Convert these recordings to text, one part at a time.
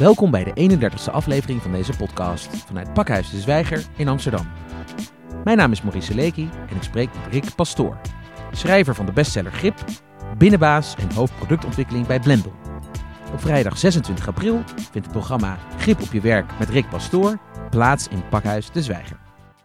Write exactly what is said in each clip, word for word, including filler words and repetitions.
Welkom bij de eenendertigste aflevering van deze podcast vanuit Pakhuis de Zwijger in Amsterdam. Mijn naam is Maurice Leeky en ik spreek met Rick Pastoor, schrijver van de bestseller Grip, binnenbaas en hoofdproductontwikkeling bij Blendel. Op vrijdag zesentwintig april vindt het programma Grip op je werk met Rick Pastoor plaats in Pakhuis de Zwijger.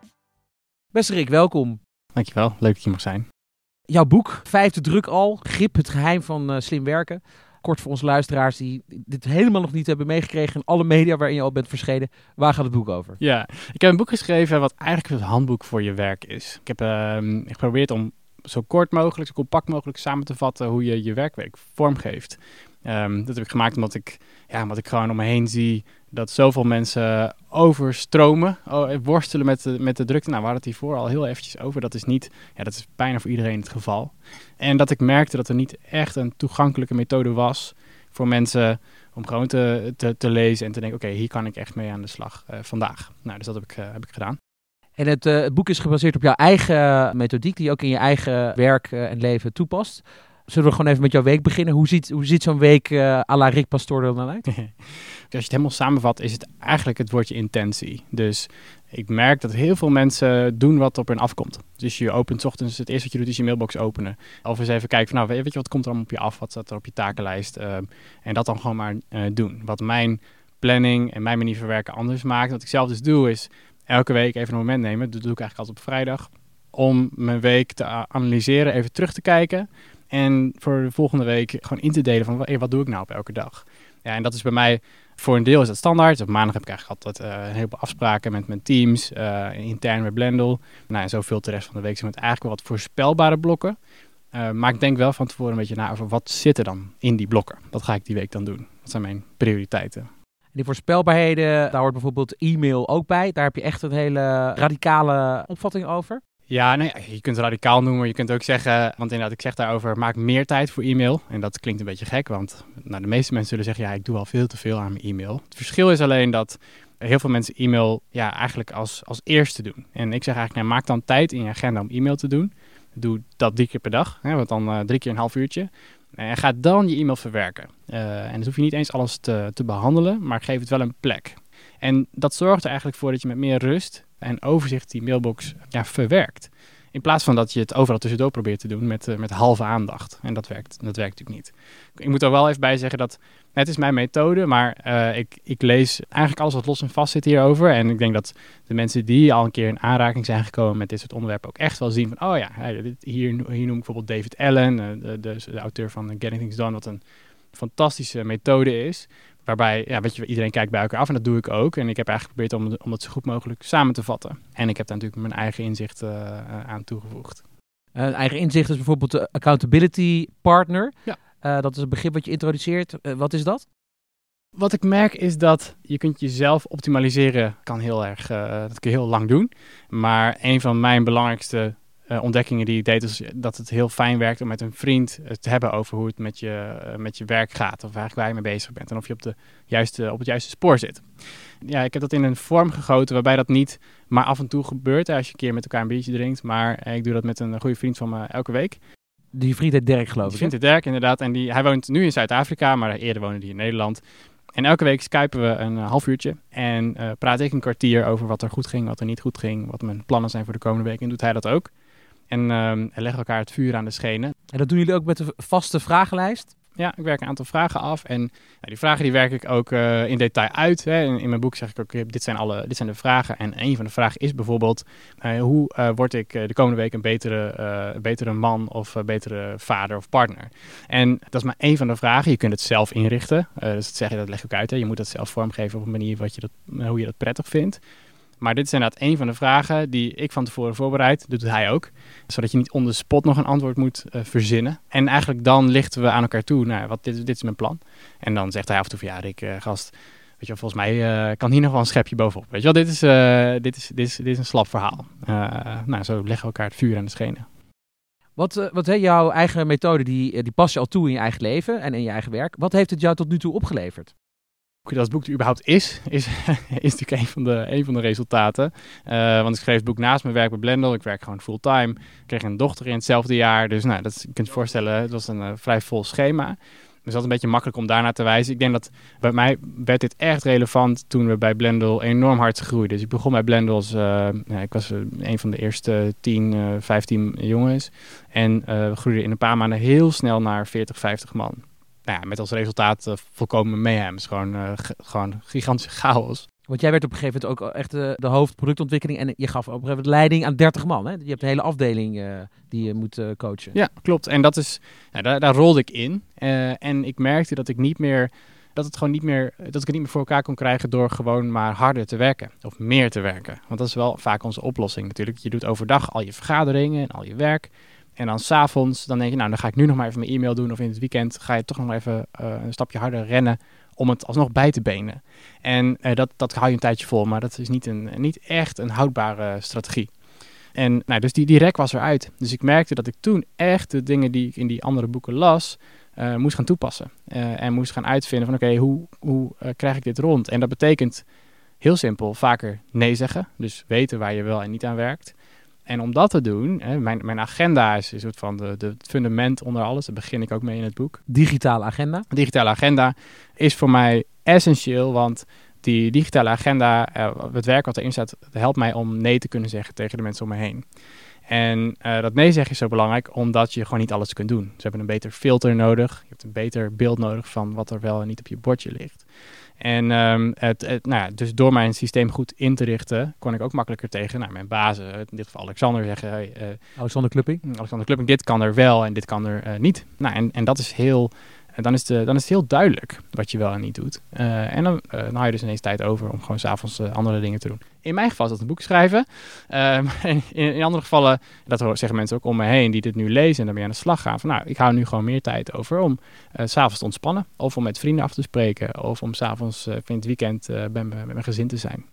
Beste Rick, welkom. Dankjewel, leuk dat je mag zijn. Jouw boek, vijfde druk al, Grip, het geheim van uh, slim werken. Kort voor onze luisteraars die dit helemaal nog niet hebben meegekregen in alle media waarin je al bent verschenen. Waar gaat het boek over? Ja, ik heb een boek geschreven wat eigenlijk het handboek voor je werk is. Ik heb uh, geprobeerd om zo kort mogelijk, zo compact mogelijk samen te vatten hoe je je werkweek vormgeeft. Um, dat heb ik gemaakt omdat ik, ja, omdat ik gewoon om me heen zie dat zoveel mensen overstromen, worstelen met de, met de drukte. Nou, we hadden het hiervoor al heel eventjes over. Dat is niet, ja, dat is bijna voor iedereen het geval. En dat ik merkte dat er niet echt een toegankelijke methode was voor mensen om gewoon te, te, te lezen en te denken, oké, okay, hier kan ik echt mee aan de slag uh, vandaag. Nou, dus dat heb ik, uh, heb ik gedaan. En het, uh, het boek is gebaseerd op jouw eigen methodiek die je ook in je eigen werk uh, en leven toepast. Zullen we gewoon even met jouw week beginnen? Hoe ziet, hoe ziet zo'n week uh, à la Rick Pastoor er dan uit? Als je het helemaal samenvat, is het eigenlijk het woordje intentie. Dus ik merk dat heel veel mensen doen wat op hen afkomt. Dus je opent 's ochtends, het eerste wat je doet is je mailbox openen. Of eens even kijken van, nou, weet je wat komt er allemaal op je af? Wat staat er op je takenlijst? Uh, en dat dan gewoon maar uh, doen. Wat mijn planning en mijn manier van werken anders maakt. Wat ik zelf dus doe is elke week even een moment nemen. Dat doe ik eigenlijk altijd op vrijdag. Om mijn week te analyseren, even terug te kijken. En voor de volgende week gewoon in te delen van, hey, wat doe ik nou op elke dag? Ja, en dat is bij mij, voor een deel is dat standaard. Op maandag heb ik eigenlijk altijd uh, een heleboel afspraken met mijn teams, uh, intern met Blendel. Nou, en zo vult de rest van de week zijn het eigenlijk wel wat voorspelbare blokken. Uh, maar ik denk wel van tevoren een beetje na over wat zit er dan in die blokken. Wat ga ik die week dan doen? Wat zijn mijn prioriteiten? Die voorspelbaarheden, daar hoort bijvoorbeeld e-mail ook bij. Daar heb je echt een hele radicale opvatting over. Ja, nee, je kunt het radicaal noemen, maar je kunt ook zeggen, want inderdaad, ik zeg daarover, maak meer tijd voor e-mail. En dat klinkt een beetje gek, want nou, de meeste mensen zullen zeggen, ja, ik doe al veel te veel aan mijn e-mail. Het verschil is alleen dat heel veel mensen e-mail ja, eigenlijk als, als eerste doen. En ik zeg eigenlijk, nou, maak dan tijd in je agenda om e-mail te doen. Doe dat drie keer per dag, hè, want dan uh, drie keer een half uurtje. En ga dan je e-mail verwerken. Uh, en dan hoef je niet eens alles te, te behandelen, maar geef het wel een plek. En dat zorgt er eigenlijk voor dat je met meer rust en overzicht die mailbox ja, verwerkt. In plaats van dat je het overal tussendoor probeert te doen met, uh, met halve aandacht. En dat werkt, dat werkt natuurlijk niet. Ik moet er wel even bij zeggen dat het is mijn methode, maar uh, ik, ik lees eigenlijk alles wat los en vast zit hierover. En ik denk dat de mensen die al een keer in aanraking zijn gekomen met dit soort onderwerpen ook echt wel zien van, oh ja, hier, hier noem ik bijvoorbeeld David Allen, uh, de, de, de auteur van Getting Things Done, wat een fantastische methode is. Waarbij, ja, weet je, iedereen kijkt bij elkaar af en dat doe ik ook. En ik heb eigenlijk geprobeerd om, om dat zo goed mogelijk samen te vatten. En ik heb daar natuurlijk mijn eigen inzicht uh, uh, aan toegevoegd. Een uh, eigen inzicht is bijvoorbeeld de accountability partner. Ja. Uh, dat is een begrip wat je introduceert. Uh, wat is dat? Wat ik merk is dat je kunt jezelf optimaliseren, kan heel erg, uh, dat kun je heel lang doen. Maar een van mijn belangrijkste Uh, ontdekkingen die ik deed, is dat het heel fijn werkt om met een vriend uh, te hebben over hoe het met je, uh, met je werk gaat. Of eigenlijk waar je mee bezig bent en of je op, de juiste, op het juiste spoor zit. Ja, ik heb dat in een vorm gegoten waarbij dat niet maar af en toe gebeurt. Hè, als je een keer met elkaar een biertje drinkt. Maar uh, ik doe dat met een goede vriend van me elke week. Die vriend heet Dirk, geloof ik. Die vriend heet Dirk, inderdaad. En die, hij woont nu in Zuid-Afrika, maar eerder woonde hij in Nederland. En elke week skypen we een uh, half uurtje en uh, praat ik een kwartier over wat er goed ging, wat er niet goed ging, wat mijn plannen zijn voor de komende week. En doet hij dat ook. En um, leggen elkaar het vuur aan de schenen. En dat doen jullie ook met een vaste vragenlijst? Ja, ik werk een aantal vragen af. En nou, die vragen die werk ik ook uh, in detail uit. Hè. In, in mijn boek zeg ik ook, dit zijn, alle, dit zijn de vragen. En een van de vragen is bijvoorbeeld, uh, hoe uh, word ik uh, de komende week een betere, uh, betere man of uh, betere vader of partner? En dat is maar één van de vragen. Je kunt het zelf inrichten. Uh, dus dat zeg je, dat leg ik ook uit. Hè. Je moet dat zelf vormgeven op een manier wat je dat, uh, hoe je dat prettig vindt. Maar dit is inderdaad één van de vragen die ik van tevoren voorbereid. Dat doet hij ook. Zodat je niet on the spot nog een antwoord moet uh, verzinnen. En eigenlijk dan lichten we aan elkaar toe. Nou, wat, dit, dit is mijn plan. En dan zegt hij af en toe van, ja Rick, uh, gast, weet je wel, volgens mij uh, kan hier nog wel een schepje bovenop. Weet je wel, dit is, uh, dit is, dit is, dit is een slap verhaal. Uh, nou, zo leggen we elkaar het vuur aan de schenen. Wat, uh, wat heeft jouw eigen methode, die, die pas je al toe in je eigen leven en in je eigen werk. Wat heeft het jou tot nu toe opgeleverd? Dat het boek er überhaupt is, is, is natuurlijk een van de, een van de resultaten. Uh, want ik schreef het boek naast mijn werk bij Blendel. Ik werk gewoon fulltime. Ik kreeg een dochter in hetzelfde jaar. Dus nou, dat, je kunt je voorstellen, het was een uh, vrij vol schema. Dus dat is een beetje makkelijk om daarnaar te wijzen. Ik denk dat bij mij werd dit echt relevant toen we bij Blendel enorm hard groeiden. Dus ik begon bij Blendel als, uh, ja, ik was uh, een van de eerste tien, uh, vijftien jongens. En uh, we groeiden in een paar maanden heel snel naar veertig, vijftig man. Nou ja, met als resultaat uh, volkomen mayhem. Het is gewoon, uh, g- gewoon gigantische chaos. Want jij werd op een gegeven moment ook echt de, de hoofdproductontwikkeling en je gaf op een gegeven moment leiding aan dertig man. Hè? Je hebt een hele afdeling uh, die je moet uh, coachen. Ja, klopt. En dat is, nou, daar, daar rolde ik in. Uh, en ik merkte dat ik niet meer, dat het gewoon niet meer, dat ik het niet meer voor elkaar kon krijgen door gewoon maar harder te werken. Of meer te werken. Want dat is wel vaak onze oplossing natuurlijk. Je doet overdag al je vergaderingen en al je werk. En dan 's avonds, dan denk je, nou dan ga ik nu nog maar even mijn e-mail doen. Of in het weekend ga je toch nog maar even uh, een stapje harder rennen om het alsnog bij te benen. En uh, dat, dat hou je een tijdje vol, maar dat is niet, een, niet echt een houdbare strategie. En nou, dus die, die rek was eruit. Dus ik merkte dat ik toen echt de dingen die ik in die andere boeken las, uh, moest gaan toepassen. Uh, en moest gaan uitvinden van oké, okay, hoe, hoe uh, krijg ik dit rond? En dat betekent heel simpel vaker nee zeggen. Dus weten waar je wel en niet aan werkt. En om dat te doen, hè, mijn, mijn agenda is een soort van de, de, het fundament onder alles. Daar begin ik ook mee in het boek. Digitale agenda? De digitale agenda is voor mij essentieel, want die digitale agenda, uh, het werk wat erin staat, helpt mij om nee te kunnen zeggen tegen de mensen om me heen. En uh, dat nee zeggen is zo belangrijk, omdat je gewoon niet alles kunt doen. Ze hebben een beter filter nodig. Je hebt een beter beeld nodig van wat er wel en niet op je bordje ligt. En um, het, het, nou ja, dus door mijn systeem goed in te richten, kon ik ook makkelijker tegen nou, mijn bazen, in dit geval Alexander, zeggen... Hey, uh, Alexander Klupping? Alexander Klupping, dit kan er wel en dit kan er uh, niet. Nou, en, en dat is heel... Dan is, de, dan is het heel duidelijk wat je wel en niet doet. Uh, en dan, uh, dan hou je dus ineens tijd over om gewoon 's avonds uh, andere dingen te doen. In mijn geval is dat een boek schrijven. Uh, in, in andere gevallen, dat zeggen mensen ook om me heen die dit nu lezen en daarmee aan de slag gaan. Van nou, ik hou nu gewoon meer tijd over om uh, 's avonds te ontspannen. Of om met vrienden af te spreken. Of om 's avonds uh, in het weekend uh, met, met mijn gezin te zijn.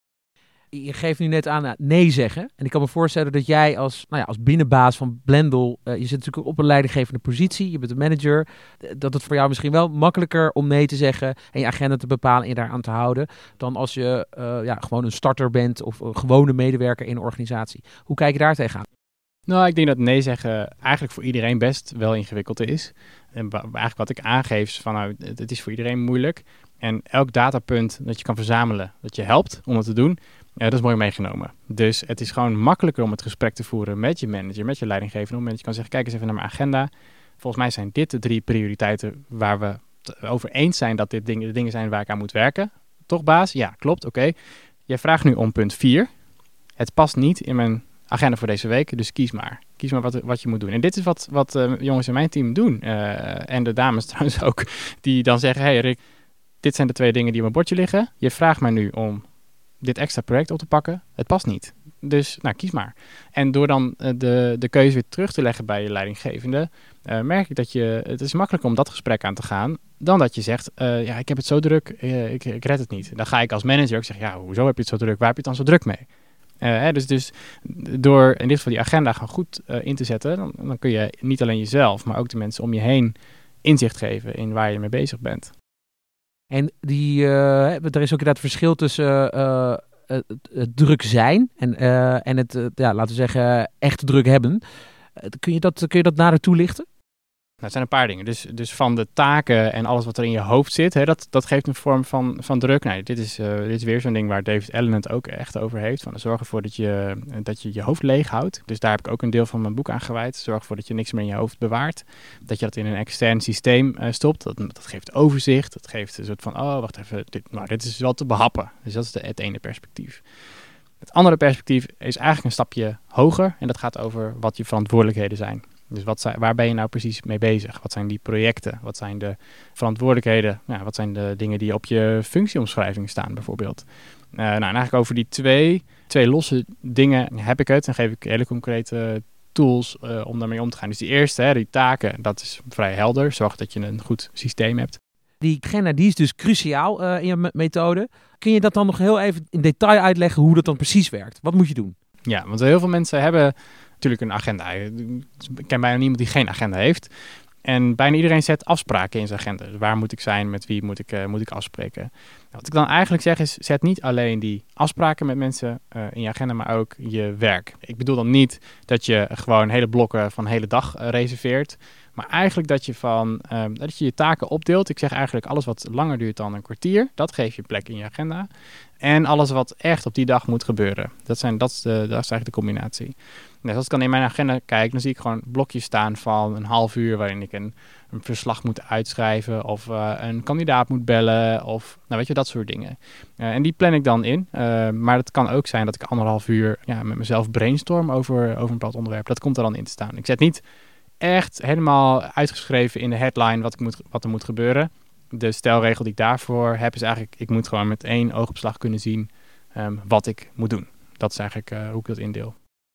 Je geeft nu net aan uh, nee zeggen. En ik kan me voorstellen dat jij als, nou ja, als binnenbaas van Blendel, uh, je zit natuurlijk op een leidinggevende positie, je bent een manager, dat het voor jou misschien wel makkelijker om nee te zeggen en je agenda te bepalen en je daar aan te houden, dan als je uh, ja, gewoon een starter bent of een gewone medewerker in een organisatie. Hoe kijk je daar tegenaan? Nou, ik denk dat nee zeggen eigenlijk voor iedereen best wel ingewikkeld is. En eigenlijk wat ik aangeef is van, nou, het is voor iedereen moeilijk. En elk datapunt dat je kan verzamelen, dat je helpt om het te doen, ja, dat is mooi meegenomen. Dus het is gewoon makkelijker om het gesprek te voeren met je manager, met je leidinggevende. Op het moment dat je kan zeggen, kijk eens even naar mijn agenda. Volgens mij zijn dit de drie prioriteiten waar we het over eens zijn dat dit dingen, de dingen zijn waar ik aan moet werken. Toch, baas? Ja, klopt, oké. Okay. Jij vraagt nu om punt vier. Het past niet in mijn agenda voor deze week, dus kies maar. Kies maar wat, wat je moet doen. En dit is wat, wat uh, jongens in mijn team doen. Uh, en de dames trouwens ook, die dan zeggen, hey Rick, dit zijn de twee dingen die op mijn bordje liggen. Je vraagt mij nu om dit extra project op te pakken. Het past niet. Dus, nou, kies maar. En door dan uh, de, de keuze weer terug te leggen bij je leidinggevende, uh, merk ik dat je, het is makkelijker om dat gesprek aan te gaan, dan dat je zegt, uh, ja, ik heb het zo druk, uh, ik, ik red het niet. Dan ga ik als manager ook zeggen, ja, hoezo heb je het zo druk? Waar heb je het dan zo druk mee? Uh, hè, dus, dus door in dit geval die agenda gewoon goed uh, in te zetten, dan, dan kun je niet alleen jezelf, maar ook de mensen om je heen inzicht geven in waar je mee bezig bent. En die, uh, er is ook inderdaad verschil tussen uh, het, het druk zijn en, uh, en het, uh, ja, laten we zeggen, echt druk hebben. Uh, kun je dat, kun je dat nader toelichten? Nou, het zijn een paar dingen. Dus, dus van de taken en alles wat er in je hoofd zit, hè, dat, dat geeft een vorm van, van druk. Nou, dit, is, uh, dit is weer zo'n ding waar David Allen het ook echt over heeft. Van, zorg ervoor dat je, dat je je hoofd leeg houdt. Dus daar heb ik ook een deel van mijn boek aan gewijd. Zorg ervoor dat je niks meer in je hoofd bewaart. Dat je dat in een extern systeem uh, stopt. Dat, dat geeft overzicht. Dat geeft een soort van, oh, wacht even, dit, nou, dit is wel te behappen. Dus dat is de, het ene perspectief. Het andere perspectief is eigenlijk een stapje hoger. En dat gaat over wat je verantwoordelijkheden zijn. Dus wat zijn, waar ben je nou precies mee bezig? Wat zijn die projecten? Wat zijn de verantwoordelijkheden? Nou, wat zijn de dingen die op je functieomschrijving staan bijvoorbeeld? Uh, nou, en eigenlijk over die twee, twee losse dingen heb ik het. Dan geef ik hele concrete tools uh, om daarmee om te gaan. Dus die eerste, hè, die taken, dat is vrij helder. Zorg dat je een goed systeem hebt. Die agenda, die is dus cruciaal uh, in je methode. Kun je dat dan nog heel even in detail uitleggen hoe dat dan precies werkt? Wat moet je doen? Ja, want heel veel mensen hebben natuurlijk een agenda. Ik ken bijna niemand die geen agenda heeft. En bijna iedereen zet afspraken in zijn agenda. Dus waar moet ik zijn, met wie moet ik, uh, moet ik afspreken? Nou, wat ik dan eigenlijk zeg is, zet niet alleen die afspraken met mensen uh, in je agenda, maar ook je werk. Ik bedoel dan niet dat je gewoon hele blokken van de hele dag uh, reserveert. Maar eigenlijk dat je, van, um, dat je je taken opdeelt. Ik zeg eigenlijk alles wat langer duurt dan een kwartier. Dat geef je plek in je agenda. En alles wat echt op die dag moet gebeuren. Dat, zijn, dat, is, de, dat is eigenlijk de combinatie. Dus als ik dan in mijn agenda kijk, dan zie ik gewoon blokjes staan van een half uur waarin ik een, een verslag moet uitschrijven of uh, een kandidaat moet bellen of nou weet je, dat soort dingen. Uh, en die plan ik dan in. Uh, maar het kan ook zijn dat ik anderhalf uur ja, met mezelf brainstorm over, over een bepaald onderwerp. Dat komt er dan in te staan. Ik zet niet echt helemaal uitgeschreven in de headline wat, ik moet, wat er moet gebeuren. De stelregel die ik daarvoor heb is eigenlijk, ik moet gewoon met één oogopslag kunnen zien um, wat ik moet doen. Dat is eigenlijk uh, hoe ik dat indeel.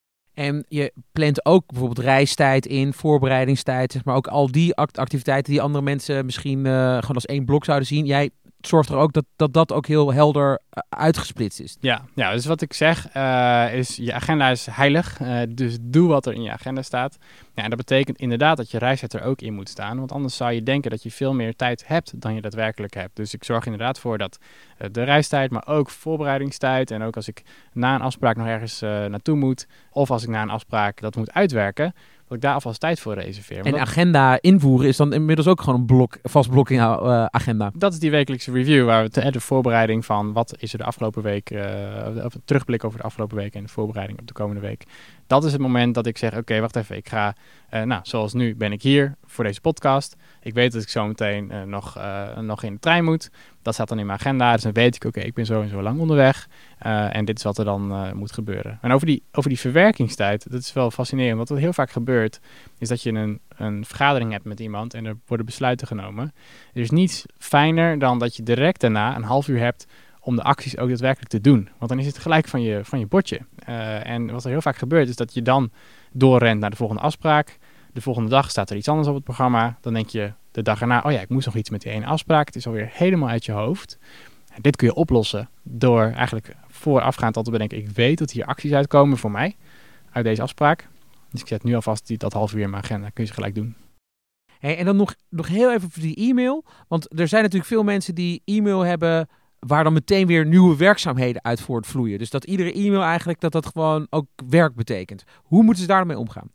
En je plant ook bijvoorbeeld reistijd in, voorbereidingstijd, zeg maar ook al die act- activiteiten die andere mensen misschien uh, gewoon als één blok zouden zien. Jij zorgt er ook dat dat, dat ook heel helder uh, uitgesplitst is. Ja, ja, dus wat ik zeg uh, is, je agenda is heilig, uh, dus doe wat er in je agenda staat. Ja, en dat betekent inderdaad dat je reistijd er ook in moet staan, want anders zou je denken dat je veel meer tijd hebt dan je daadwerkelijk hebt. Dus ik zorg inderdaad voor dat uh, de reistijd, maar ook voorbereidingstijd en ook als ik na een afspraak nog ergens uh, naartoe moet, of als ik na een afspraak dat moet uitwerken, dat ik daar alvast tijd voor reserveer. En dat, agenda invoeren is dan inmiddels ook gewoon een blok, vast blok in jouw uh, agenda. Dat is die wekelijkse review, waar we de, de voorbereiding van wat is er de afgelopen week, uh, of een terugblik over de afgelopen week en de voorbereiding op de komende week. Dat is het moment dat ik zeg, oké, okay, wacht even, ik ga, uh, nou, zoals nu ben ik hier voor deze podcast. Ik weet dat ik zo meteen uh, nog, uh, nog in de trein moet. Dat staat dan in mijn agenda, dus dan weet ik, oké, okay, ik ben zo en zo lang onderweg. Uh, en dit is wat er dan uh, moet gebeuren. En over die, over die verwerkingstijd, dat is wel fascinerend. Want wat heel vaak gebeurt, is dat je een, een vergadering hebt met iemand en er worden besluiten genomen. Er is niets fijner dan dat je direct daarna een half uur hebt om de acties ook daadwerkelijk te doen. Want dan is het gelijk van je, van je bordje. Uh, en wat er heel vaak gebeurt, is dat je dan doorrent naar de volgende afspraak. De volgende dag staat er iets anders op het programma. Dan denk je de dag erna, oh ja, ik moest nog iets met die ene afspraak. Het is alweer helemaal uit je hoofd. En dit kun je oplossen door eigenlijk voorafgaand al te bedenken, ik weet dat hier acties uitkomen voor mij uit deze afspraak. Dus ik zet nu alvast die, dat half uur in mijn agenda. Kun je ze gelijk doen. Hey, en dan nog, nog heel even voor die e-mail. Want er zijn natuurlijk veel mensen die e-mail hebben waar dan meteen weer nieuwe werkzaamheden uit voortvloeien. Dus dat iedere e-mail eigenlijk, dat dat gewoon ook werk betekent. Hoe moeten ze daarmee omgaan?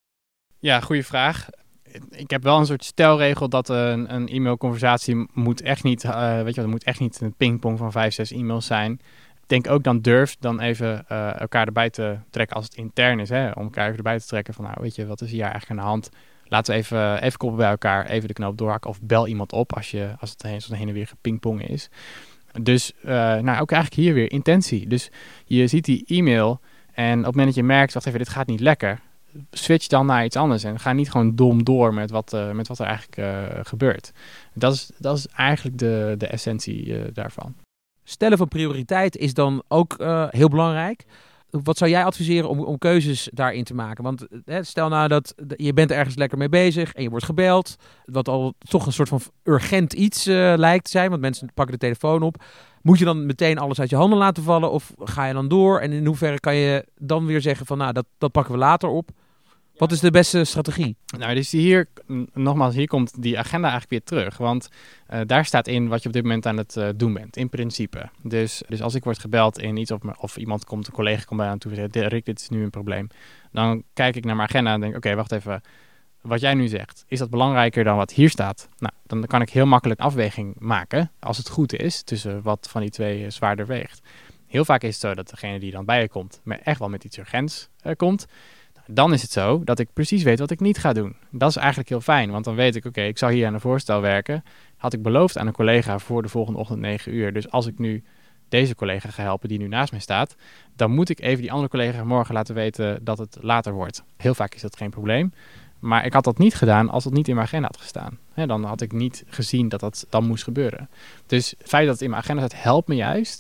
Ja, goede vraag. Ik heb wel een soort stelregel dat een, een e-mailconversatie moet echt niet, uh, weet je wat, moet echt niet een pingpong van vijf, zes e-mails zijn. Ik denk ook dan durf dan even uh, elkaar erbij te trekken als het intern is, hè, om elkaar even erbij te trekken van, nou weet je, wat is hier eigenlijk aan de hand? Laten we even, even koppelen bij elkaar, even de knoop doorhakken of bel iemand op als, je, als het heen, heen en weer gepingpong is. Dus uh, nou, ook eigenlijk hier weer intentie. Dus je ziet die e-mail en op het moment dat je merkt, wacht even, dit gaat niet lekker, switch dan naar iets anders en ga niet gewoon dom door met wat, uh, met wat er eigenlijk uh, gebeurt. Dat is, dat is eigenlijk de, de essentie uh, daarvan. Stellen van prioriteit is dan ook uh, heel belangrijk. Wat zou jij adviseren om, om keuzes daarin te maken? Want hè, stel nou dat je bent ergens lekker mee bezig en je wordt gebeld. Wat al toch een soort van urgent iets uh, lijkt te zijn, want mensen pakken de telefoon op. Moet je dan meteen alles uit je handen laten vallen of ga je dan door? En in hoeverre kan je dan weer zeggen van nou, dat, dat pakken we later op? Wat is de beste strategie? Nou, dus hier, nogmaals, hier komt die agenda eigenlijk weer terug. Want uh, daar staat in wat je op dit moment aan het uh, doen bent, in principe. Dus, dus als ik word gebeld in iets of, of iemand komt, een collega komt bij aan toe en zegt, Rick, dit is nu een probleem. Dan kijk ik naar mijn agenda en denk, oké, okay, wacht even. Wat jij nu zegt, is dat belangrijker dan wat hier staat? Nou, dan kan ik heel makkelijk een afweging maken, als het goed is, tussen wat van die twee uh, zwaarder weegt. Heel vaak is het zo dat degene die dan bij je komt, maar echt wel met iets urgents uh, komt. Dan is het zo dat ik precies weet wat ik niet ga doen. Dat is eigenlijk heel fijn, want dan weet ik, oké, okay, ik zou hier aan een voorstel werken. Had ik beloofd aan een collega voor de volgende ochtend negen uur. Dus als ik nu deze collega ga helpen die nu naast mij staat, dan moet ik even die andere collega morgen laten weten dat het later wordt. Heel vaak is dat geen probleem. Maar ik had dat niet gedaan als het niet in mijn agenda had gestaan. He, dan had ik niet gezien dat dat dan moest gebeuren. Dus het feit dat het in mijn agenda staat, helpt me juist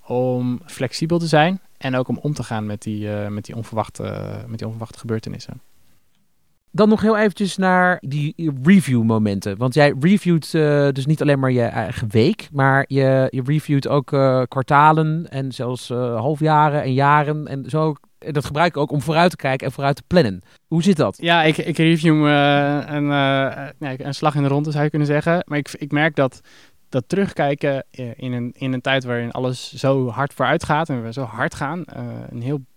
om flexibel te zijn en ook om om te gaan met die, uh, met die, onverwachte, uh, met die onverwachte gebeurtenissen. Dan nog heel eventjes naar die review momenten. Want jij reviewt uh, dus niet alleen maar je eigen week, maar je, je reviewt ook uh, kwartalen en zelfs uh, halfjaren en jaren. En zo, dat gebruik ik ook om vooruit te kijken en vooruit te plannen. Hoe zit dat? Ja, ik, ik review uh, een, uh, nee, een slag in de ronde zou je kunnen zeggen. Maar ik, ik merk dat dat terugkijken in een, in een tijd waarin alles zo hard vooruit gaat en we zo hard gaan, uh, een heel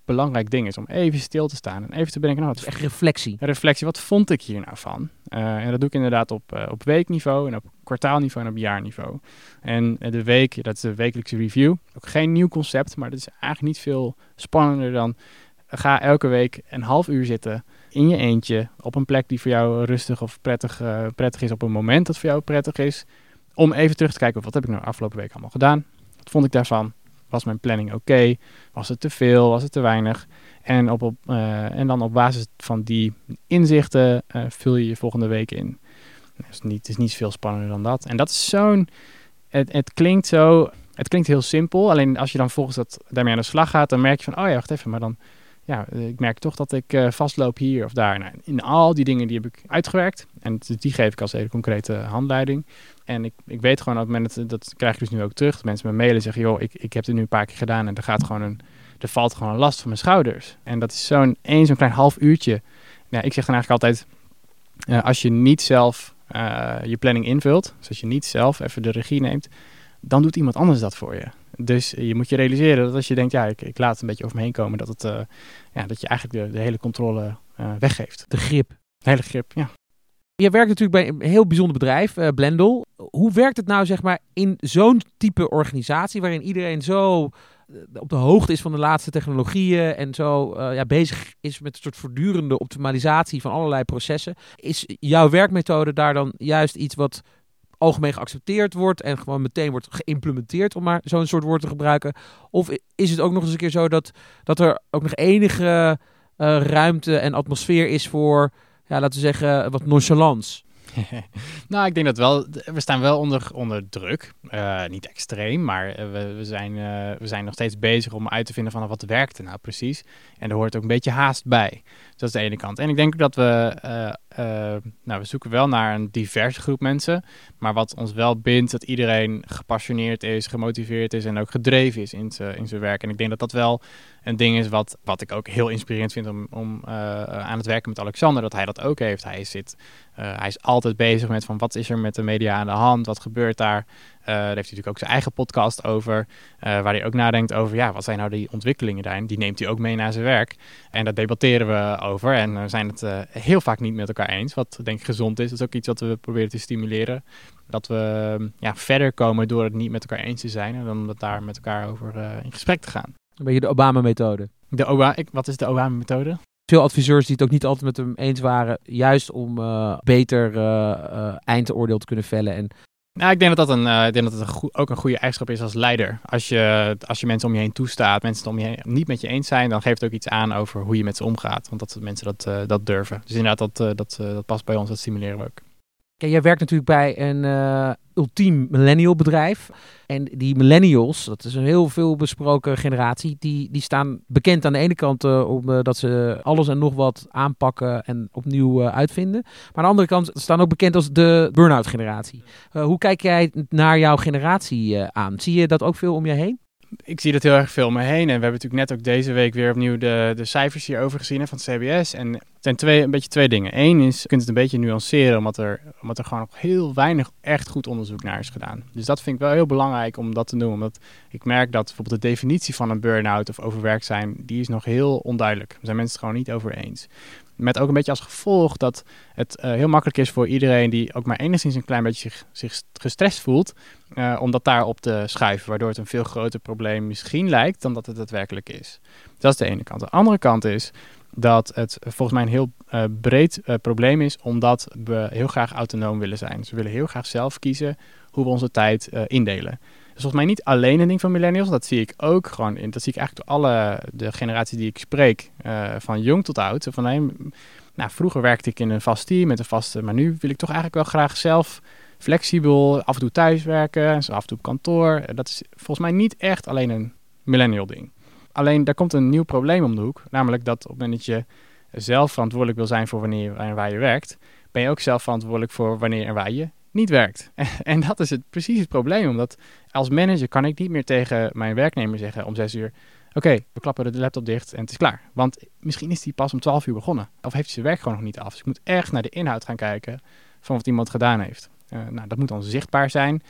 belangrijk ding is om even stil te staan en even te bedenken, nou, Het is echt reflectie. een reflectie, wat vond ik hier nou van? Uh, en dat doe ik inderdaad op, uh, op weekniveau en op kwartaalniveau en op jaarniveau. En uh, de week, dat is de wekelijkse review. Ook geen nieuw concept, maar dat is eigenlijk niet veel spannender dan ga elke week een half uur zitten in je eentje op een plek die voor jou rustig of prettig, uh, prettig is op een moment dat voor jou prettig is. Om even terug te kijken, wat heb ik nou afgelopen week allemaal gedaan? Wat vond ik daarvan? Was mijn planning oké? Okay? Was het te veel? Was het te weinig? En, op, op, uh, en dan op basis van die inzichten uh, vul je je volgende week in. Het is niet, het is niet veel spannender dan dat. En dat is zo'n... Het, het klinkt zo... Het klinkt heel simpel. Alleen als je dan volgens dat daarmee aan de slag gaat, dan merk je van, oh ja, wacht even, maar dan... Ja, ik merk toch dat ik uh, vastloop hier of daar. Nou, in al die dingen die heb ik uitgewerkt. En die geef ik als hele concrete handleiding. En ik, ik weet gewoon op het moment, dat, dat krijg ik dus nu ook terug. Dat mensen me mailen en zeggen, joh, ik, ik heb dit nu een paar keer gedaan. En er, gaat gewoon een, er valt gewoon een last van mijn schouders. En dat is zo'n één, zo'n klein half uurtje. Ja, ik zeg dan eigenlijk altijd, uh, als je niet zelf uh, je planning invult. Dus als je niet zelf even de regie neemt. Dan doet iemand anders dat voor je. Dus je moet je realiseren dat als je denkt, ja, ik, ik laat het een beetje over me heen komen, dat, het, uh, ja, dat je eigenlijk de, de hele controle uh, weggeeft. De grip. De hele grip, ja. Je werkt natuurlijk bij een heel bijzonder bedrijf, uh, Blendel. Hoe werkt het nou, zeg maar, in zo'n type organisatie, waarin iedereen zo op de hoogte is van de laatste technologieën en zo uh, ja, bezig is met een soort voortdurende optimalisatie van allerlei processen? Is jouw werkmethode daar dan juist iets wat algemeen geaccepteerd wordt en gewoon meteen wordt geïmplementeerd, om maar zo'n soort woord te gebruiken? Of is het ook nog eens een keer zo dat, dat er ook nog enige uh, ruimte en atmosfeer is voor, ja, laten we zeggen, wat nonchalance? Nou, ik denk dat wel. We staan wel onder, onder druk. Uh, niet extreem, maar we, we, zijn, uh, we zijn nog steeds bezig om uit te vinden van wat werkt er nou precies. En er hoort ook een beetje haast bij. Dus dat is de ene kant. En ik denk dat we, uh, uh, nou, we zoeken wel naar een diverse groep mensen. Maar wat ons wel bindt, dat iedereen gepassioneerd is, gemotiveerd is en ook gedreven is in zijn werk. En ik denk dat dat wel een ding is wat, wat ik ook heel inspirerend vind om, om uh, aan het werken met Alexander, dat hij dat ook heeft. Hij zit, uh, hij is altijd bezig met van wat is er met de media aan de hand, wat gebeurt daar. Uh, daar heeft hij natuurlijk ook zijn eigen podcast over, uh, waar hij ook nadenkt over, ja, wat zijn nou die ontwikkelingen daarin. Die neemt hij ook mee naar zijn werk. En daar debatteren we over en we zijn het uh, heel vaak niet met elkaar eens, wat denk ik gezond is. Dat is ook iets wat we proberen te stimuleren. Dat we uh, ja, verder komen door het niet met elkaar eens te zijn en dan dat daar met elkaar over uh, in gesprek te gaan. Een beetje de Obama-methode. De Obama, ik, wat is de Obama-methode? Veel adviseurs die het ook niet altijd met hem eens waren, juist om uh, beter uh, uh, eindoordeel te kunnen vellen. En Nou, ik denk dat dat, een, uh, ik denk dat het een goe- ook een goede eigenschap is als leider. Als je, als je mensen om je heen toestaat, mensen het om je heen niet met je eens zijn, dan geeft het ook iets aan over hoe je met ze omgaat. Want dat mensen dat, uh, dat durven. Dus inderdaad, dat, uh, dat, uh, dat past bij ons, dat stimuleren we ook. Kijk, jij werkt natuurlijk bij een uh, ultiem millennial bedrijf. En die millennials, dat is een heel veel besproken generatie, die, die staan bekend aan de ene kant uh, omdat uh, ze alles en nog wat aanpakken en opnieuw uh, uitvinden. Maar aan de andere kant staan ook bekend als de burn-out generatie. Uh, hoe kijk jij naar jouw generatie uh, aan? Zie je dat ook veel om je heen? Ik zie dat heel erg veel om me heen. En we hebben natuurlijk net ook deze week weer opnieuw de, de cijfers hierover gezien hè, van het C B S. En het zijn twee, een beetje twee dingen. Eén is, je kunt het een beetje nuanceren, omdat er, omdat er gewoon nog heel weinig echt goed onderzoek naar is gedaan. Dus dat vind ik wel heel belangrijk om dat te doen. Omdat ik merk dat bijvoorbeeld de definitie van een burn-out of overwerkt zijn, die is nog heel onduidelijk. Daar zijn mensen het gewoon niet over eens. Met ook een beetje als gevolg dat het uh, heel makkelijk is voor iedereen die ook maar enigszins een klein beetje zich, zich gestrest voelt, uh, om dat daarop te schuiven, waardoor het een veel groter probleem misschien lijkt dan dat het daadwerkelijk is. Dat is de ene kant. De andere kant is dat het volgens mij een heel uh, breed uh, probleem is, omdat we heel graag autonoom willen zijn. Dus we willen heel graag zelf kiezen hoe we onze tijd uh, indelen. Dat is volgens mij niet alleen een ding van millennials. Dat zie ik ook gewoon in. Dat zie ik eigenlijk door alle de generaties die ik spreek, uh, van jong tot oud. Van, hey, nou, vroeger werkte ik in een vast team met een vaste, maar nu wil ik toch eigenlijk wel graag zelf flexibel, af en toe thuiswerken, zo af en toe op kantoor. Dat is volgens mij niet echt alleen een millennial ding. Alleen daar komt een nieuw probleem om de hoek, namelijk dat op het moment dat je zelf verantwoordelijk wil zijn voor wanneer en waar je werkt, ben je ook zelf verantwoordelijk voor wanneer en waar je niet werkt. En dat is het, precies het probleem, omdat als manager kan ik niet meer tegen mijn werknemer zeggen om zes uur, oké, okay, we klappen de laptop dicht en het is klaar. Want misschien is die pas om twaalf uur begonnen. Of heeft hij zijn werk gewoon nog niet af. Dus ik moet echt naar de inhoud gaan kijken van wat iemand gedaan heeft. Uh, nou, dat moet dan zichtbaar zijn.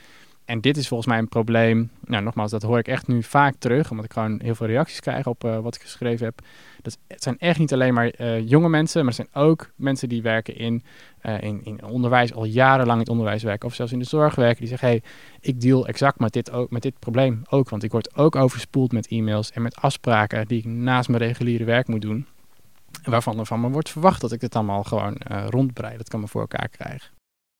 En dit is volgens mij een probleem. Nou, nogmaals, dat hoor ik echt nu vaak terug, omdat ik gewoon heel veel reacties krijg op uh, wat ik geschreven heb. Dat, het zijn echt niet alleen maar uh, jonge mensen, maar het zijn ook mensen die werken in, uh, in, in onderwijs, al jarenlang in het onderwijs werken, of zelfs in de zorg werken, die zeggen, hey, ik deal exact met dit, ook, met dit probleem ook, want ik word ook overspoeld met e-mails en met afspraken die ik naast mijn reguliere werk moet doen, waarvan er van me wordt verwacht dat ik dit allemaal gewoon uh, rondbrei, dat kan me voor elkaar krijgen.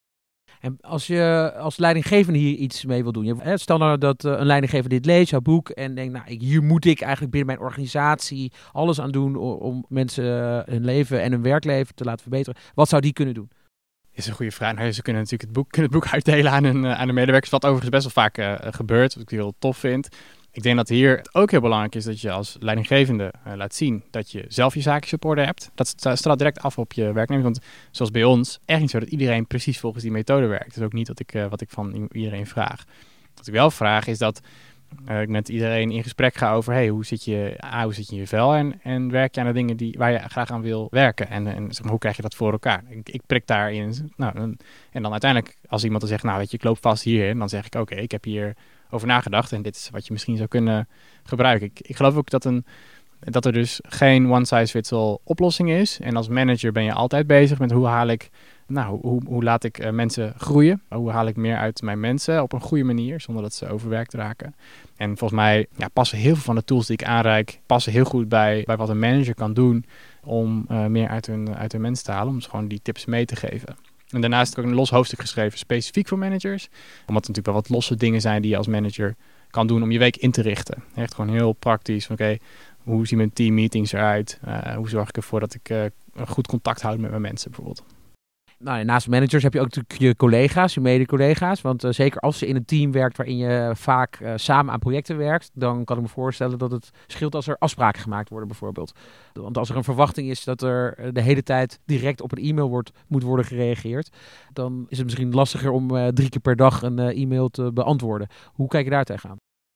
En als je als leidinggevende hier iets mee wil doen. Je, hè, stel nou dat uh, een leidinggever dit leest, jouw boek, en denkt, nou, ik, hier moet ik eigenlijk binnen mijn organisatie alles aan doen om, om mensen uh, hun leven en hun werkleven te laten verbeteren. Wat zou die kunnen doen? Is een goede vraag. Nou, ze kunnen natuurlijk het boek, kunnen het boek uitdelen aan, hun, aan de medewerkers, wat overigens best wel vaak uh, gebeurt, wat ik heel tof vind. Ik denk dat hier het ook heel belangrijk is dat je als leidinggevende uh, laat zien dat je zelf je zaakjes op orde hebt. Dat straalt direct af op je werknemers. Want zoals bij ons, echt niet zo dat iedereen precies volgens die methode werkt. Dat is ook niet dat ik, uh, wat ik van iedereen vraag. Wat ik wel vraag is dat uh, ik met iedereen in gesprek ga over hey, hoe zit je, ah, hoe zit je in je vel en, en werk je aan de dingen die, waar je graag aan wil werken. En, en zeg maar, hoe krijg je dat voor elkaar? Ik, ik prik daarin. Nou, en, en dan uiteindelijk als iemand dan zegt, nou weet je, ik loop vast hierin. Dan zeg ik, oké, okay, ik heb hier over nagedacht en dit is wat je misschien zou kunnen gebruiken. Ik, ik geloof ook dat, een, dat er dus geen one-size-fits-all oplossing is. En als manager ben je altijd bezig met hoe haal ik, nou, hoe, hoe laat ik uh, mensen groeien? Hoe haal ik meer uit mijn mensen op een goede manier, zonder dat ze overwerkt raken? En volgens mij ja, passen heel veel van de tools die ik aanreik, passen heel goed bij, bij wat een manager kan doen om uh, meer uit hun, uit hun mensen te halen, om ze gewoon die tips mee te geven. En daarnaast heb ik ook een los hoofdstuk geschreven, specifiek voor managers. Omdat er natuurlijk wel wat losse dingen zijn die je als manager kan doen om je week in te richten. Echt gewoon heel praktisch. Oké, okay, hoe zien mijn teammeetings eruit? Uh, hoe zorg ik ervoor dat ik uh, een goed contact houd met mijn mensen bijvoorbeeld? Nou, naast managers heb je ook natuurlijk je collega's, je mede-collega's. Want uh, zeker als je in een team werkt waarin je vaak uh, samen aan projecten werkt, dan kan ik me voorstellen dat het scheelt als er afspraken gemaakt worden bijvoorbeeld. Want als er een verwachting is dat er de hele tijd direct op een e-mail wordt, moet worden gereageerd, dan is het misschien lastiger om uh, drie keer per dag een uh, e-mail te beantwoorden. Hoe kijk je daar tegenaan?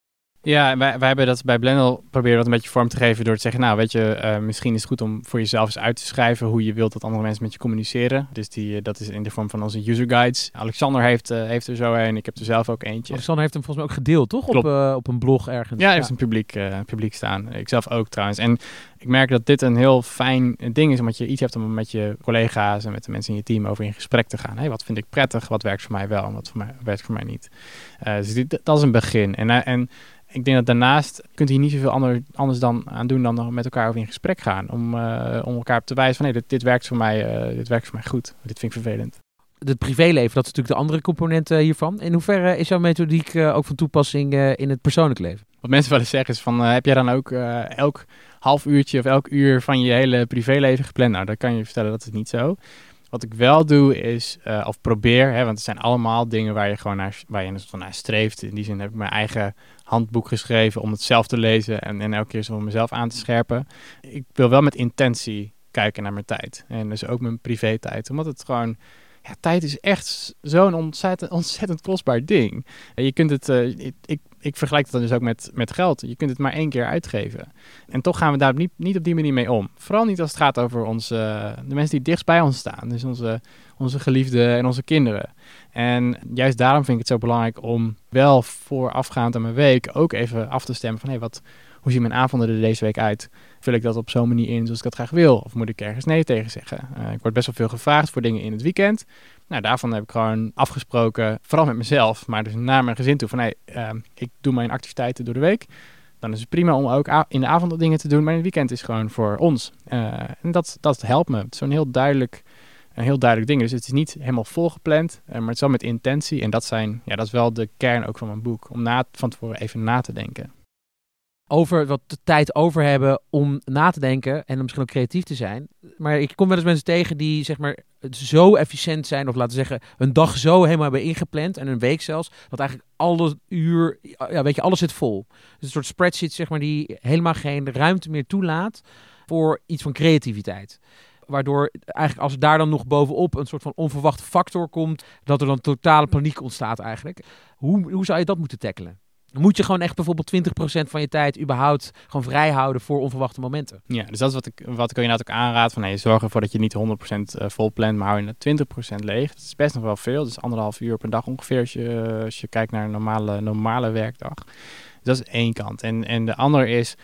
Ja, wij, wij hebben dat bij Blendel proberen dat een beetje vorm te geven door te zeggen, nou weet je, uh, misschien is het goed om voor jezelf eens uit te schrijven hoe je wilt dat andere mensen met je communiceren. Dus die, uh, dat is in de vorm van onze user guides. Alexander heeft, uh, heeft er zo een, ik heb er zelf ook eentje. Alexander heeft hem volgens mij ook gedeeld, toch? Op, uh, op een blog ergens. Ja, hij heeft ja. een publiek, uh, publiek staan. Ik zelf ook trouwens. En ik merk dat dit een heel fijn ding is, omdat je iets hebt om met je collega's en met de mensen in je team over in gesprek te gaan. Hey, wat vind ik prettig, wat werkt voor mij wel en wat voor mij, werkt voor mij niet. Uh, dus dit, dat is een begin. En, uh, en ik denk dat daarnaast kunt je niet zoveel ander, anders dan aan doen dan met elkaar over in gesprek gaan. Om, uh, om elkaar te wijzen van nee, dit, dit werkt voor mij, uh, dit werkt voor mij goed. Dit vind ik vervelend. Het privéleven, dat is natuurlijk de andere component uh, hiervan. In hoeverre is jouw methodiek uh, ook van toepassing uh, in het persoonlijk leven? Wat mensen wel eens zeggen is van, uh, heb jij dan ook uh, elk half uurtje of elk uur van je hele privéleven gepland? Nou, dan kan je vertellen dat is niet zo. Wat ik wel doe is, uh, of probeer, hè, want het zijn allemaal dingen waar je gewoon naar, waar je een soort van naar streeft. In die zin heb ik mijn eigen handboek geschreven om het zelf te lezen en, en elke keer zo mezelf aan te scherpen. Ik wil wel met intentie kijken naar mijn tijd. En dus ook mijn privé-tijd. Omdat het gewoon, ja, tijd is echt zo'n ontzettend, ontzettend kostbaar ding. En je kunt het, uh, ik, ik, ik vergelijk het dan dus ook met, met geld. Je kunt het maar één keer uitgeven. En toch gaan we daar niet, niet op die manier mee om. Vooral niet als het gaat over onze, de mensen die dichtst bij ons staan. Dus onze, onze geliefden en onze kinderen. En juist daarom vind ik het zo belangrijk om wel voorafgaand aan mijn week ook even af te stemmen van hé, wat, hoe zien mijn avonden er deze week uit? Vul ik dat op zo'n manier in zoals ik dat graag wil? Of moet ik ergens nee tegen zeggen? Uh, ik word best wel veel gevraagd voor dingen in het weekend. Nou, daarvan heb ik gewoon afgesproken, vooral met mezelf, maar dus naar mijn gezin toe, van hey, uh, ik doe mijn activiteiten door de week. Dan is het prima om ook a- in de avond dingen te doen, maar in het weekend is gewoon voor ons. Uh, en dat, dat helpt me. Het is zo'n heel duidelijk, een heel duidelijk ding. Dus het is niet helemaal volgepland, uh, maar het is wel met intentie. En dat, zijn, ja, dat is wel de kern ook van mijn boek, om na, van tevoren even na te denken. Over wat tijd over hebben om na te denken en om misschien ook creatief te zijn. Maar ik kom wel eens mensen tegen die zeg maar zo efficiënt zijn, of laten we zeggen hun dag zo helemaal hebben ingepland en een week zelfs, dat eigenlijk alle uur, ja, weet je, alles zit vol. Dus een soort spreadsheet zeg maar die helemaal geen ruimte meer toelaat voor iets van creativiteit. Waardoor eigenlijk als er daar dan nog bovenop een soort van onverwachte factor komt, dat er dan totale paniek ontstaat eigenlijk. Hoe, hoe zou je dat moeten tackelen? Moet je gewoon echt bijvoorbeeld twintig procent van je tijd überhaupt gewoon vrij houden voor onverwachte momenten. Ja, dus dat is wat ik, wat ik inderdaad ook aanraad. Van, hey, zorg ervoor dat je niet honderd procent vol plant, maar hou je twintig procent leeg. Dat is best nog wel veel. Dus anderhalf uur per dag ongeveer als je, als je kijkt naar een normale, normale werkdag. Dus dat is één kant. En, en de andere is,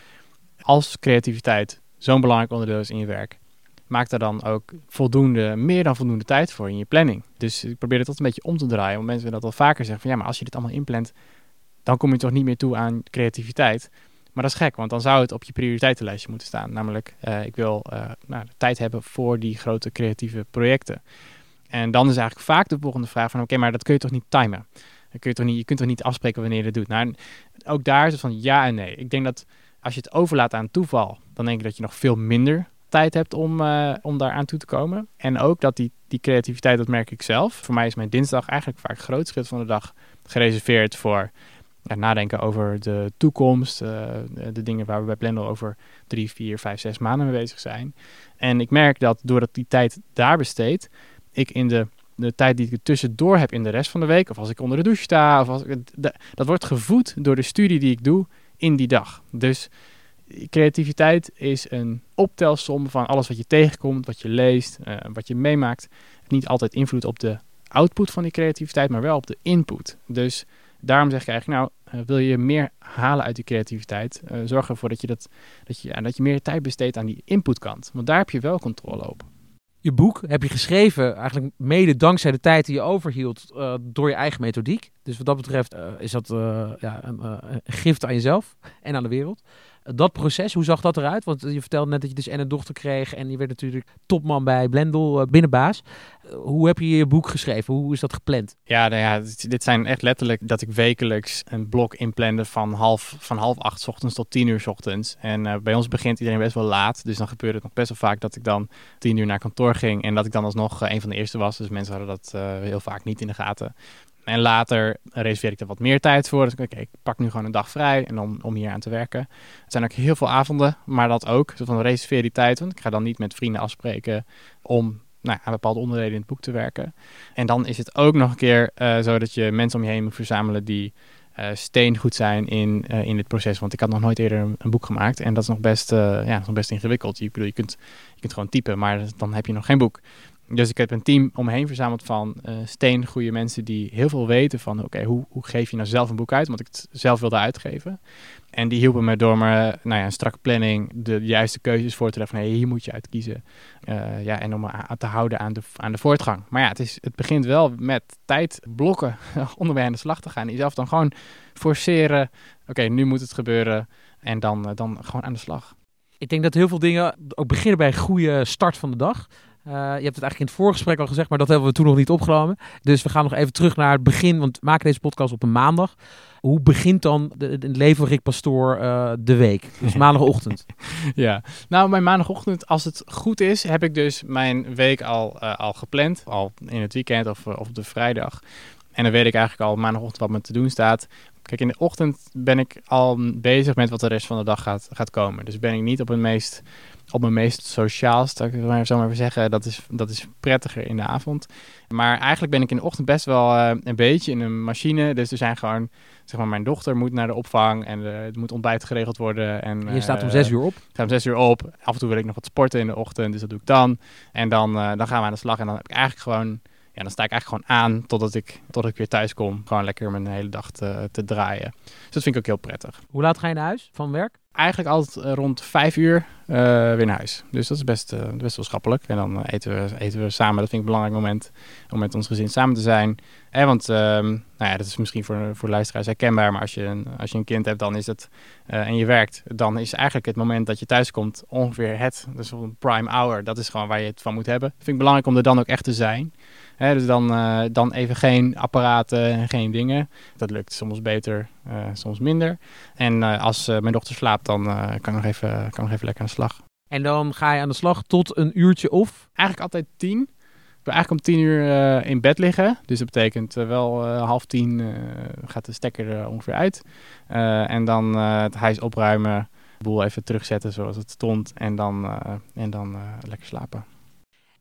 als creativiteit zo'n belangrijk onderdeel is in je werk, maak daar dan ook voldoende, meer dan voldoende tijd voor in je planning. Dus ik probeer het altijd een beetje om te draaien. Want mensen dat al vaker zeggen van ja, maar als je dit allemaal inplant, dan kom je toch niet meer toe aan creativiteit. Maar dat is gek, want dan zou het op je prioriteitenlijstje moeten staan. Namelijk, uh, ik wil uh, nou, de tijd hebben voor die grote creatieve projecten. En dan is eigenlijk vaak de volgende vraag van oké, okay, maar dat kun je toch niet timen? Dan kun je, toch niet, je kunt toch niet afspreken wanneer je dat doet? Nou, ook daar is het van ja en nee. Ik denk dat als je het overlaat aan toeval, dan denk ik dat je nog veel minder tijd hebt om, uh, om daar aan toe te komen. En ook dat die, die creativiteit, dat merk ik zelf. Voor mij is mijn dinsdag eigenlijk vaak het grootste gedeelte van de dag gereserveerd voor ja, nadenken over de toekomst. Uh, de dingen waar we bij Blendel over drie, vier, vijf, zes maanden mee bezig zijn. En ik merk dat doordat die tijd daar besteed, ik in de, de tijd die ik er tussendoor heb in de rest van de week, of als ik onder de douche sta, of als ik, de, dat wordt gevoed door de studie die ik doe in die dag. Dus creativiteit is een optelsom van alles wat je tegenkomt, wat je leest, uh, wat je meemaakt. Niet altijd invloed op de output van die creativiteit, maar wel op de input. Dus daarom zeg ik eigenlijk, nou, uh, wil je meer halen uit die creativiteit, uh, zorg ervoor dat je, dat, dat, je, uh, dat je meer tijd besteedt aan die inputkant. Want daar heb je wel controle op. Je boek heb je geschreven eigenlijk mede dankzij de tijd die je overhield uh, door je eigen methodiek. Dus wat dat betreft uh, is dat uh, ja, een, uh, een gift aan jezelf en aan de wereld. Uh, dat proces, hoe zag dat eruit? Want je vertelde net dat je dus en een dochter kreeg en je werd natuurlijk topman bij Blendel, uh, binnenbaas. Uh, hoe heb je je boek geschreven? Hoe is dat gepland? Ja, nou ja, dit, dit zijn echt letterlijk dat ik wekelijks een blok inplande van half, van half acht 's ochtends tot tien uur 's ochtends. En uh, bij ons begint iedereen best wel laat, dus dan gebeurde het nog best wel vaak dat ik dan tien uur naar kantoor ging en dat ik dan alsnog uh, een van de eerste was. Dus mensen hadden dat uh, heel vaak niet in de gaten. En later reserveer ik er wat meer tijd voor. Dus oké, okay, ik pak nu gewoon een dag vrij en om, om hier aan te werken. Het zijn ook heel veel avonden, maar dat ook. Dus van reserveer die tijd, want ik ga dan niet met vrienden afspreken om nou, aan bepaalde onderdelen in het boek te werken. En dan is het ook nog een keer uh, zo dat je mensen om je heen moet verzamelen die uh, steengoed zijn in, uh, in dit proces. Want ik had nog nooit eerder een, een boek gemaakt en dat is nog best, uh, ja, dat is nog best ingewikkeld. Je, bedoel, je, kunt, je kunt gewoon typen, maar dan heb je nog geen boek. Dus ik heb een team om me heen verzameld van uh, steengoede mensen die heel veel weten van oké, okay, hoe, hoe geef je nou zelf een boek uit? Want ik het zelf wilde uitgeven. En die hielpen me door me nou ja, een strakke planning, de juiste keuzes voor te treffen. Van, hey, hier moet je uit kiezen. Uh, ja, en om me aan te houden aan de, aan de voortgang. Maar ja, het, is, het begint wel met tijdblokken om ermee aan de slag te gaan. Jezelf dan gewoon forceren. Oké, okay, nu moet het gebeuren. En dan, uh, dan gewoon aan de slag. Ik denk dat heel veel dingen ook beginnen bij een goede start van de dag. Uh, je hebt het eigenlijk in het voorgesprek al gezegd, maar dat hebben we toen nog niet opgenomen. Dus we gaan nog even terug naar het begin, want we maken deze podcast op een maandag. Hoe begint dan de, de, het leven van Rick Pastoor uh, de week? Dus maandagochtend. Ja, nou mijn maandagochtend, als het goed is, heb ik dus mijn week al, uh, al gepland. Al in het weekend of, of op de vrijdag. En dan weet ik eigenlijk al maandagochtend wat me te doen staat. Kijk, in de ochtend ben ik al bezig met wat de rest van de dag gaat, gaat komen. Dus ben ik niet op een meest... op mijn meest sociaalst, zou ik maar zo maar even zeggen. Dat is, dat is prettiger in de avond. Maar eigenlijk ben ik in de ochtend best wel uh, een beetje in een machine. Dus er zijn gewoon, zeg maar, mijn dochter moet naar de opvang en uh, er moet ontbijt geregeld worden. En, je staat om zes uur op? Ik ga om zes uur op. Af en toe wil ik nog wat sporten in de ochtend, dus dat doe ik dan. En dan, uh, dan gaan we aan de slag en dan heb ik eigenlijk gewoon... Ja, dan sta ik eigenlijk gewoon aan totdat ik, totdat ik weer thuis kom. Gewoon lekker mijn hele dag te, te draaien. Dus dat vind ik ook heel prettig. Hoe laat ga je naar huis van werk? Eigenlijk altijd uh, rond vijf uur uh, weer naar huis. Dus dat is best, uh, best wel schappelijk. En dan uh, eten, we, eten we samen. Dat vind ik een belangrijk moment om met ons gezin samen te zijn. Eh, want uh, nou ja, dat is misschien voor, voor luisteraars herkenbaar. Maar als je, een, als je een kind hebt dan is het, uh, en je werkt, dan is eigenlijk het moment dat je thuis komt ongeveer het. Dus een prime hour. Dat is gewoon waar je het van moet hebben. Dat vind ik belangrijk om er dan ook echt te zijn. He, dus dan, uh, dan even geen apparaten en geen dingen. Dat lukt soms beter, uh, soms minder. En uh, als uh, mijn dochter slaapt, dan uh, kan, ik nog even, kan ik nog even lekker aan de slag. En dan ga je aan de slag tot een uurtje of? Eigenlijk altijd tien. Ik wil eigenlijk om tien uur uh, in bed liggen. Dus dat betekent uh, wel uh, half tien uh, gaat de stekker er ongeveer uit. Uh, en dan uh, het huis opruimen, de boel even terugzetten zoals het stond. En dan, uh, en dan uh, lekker slapen. Je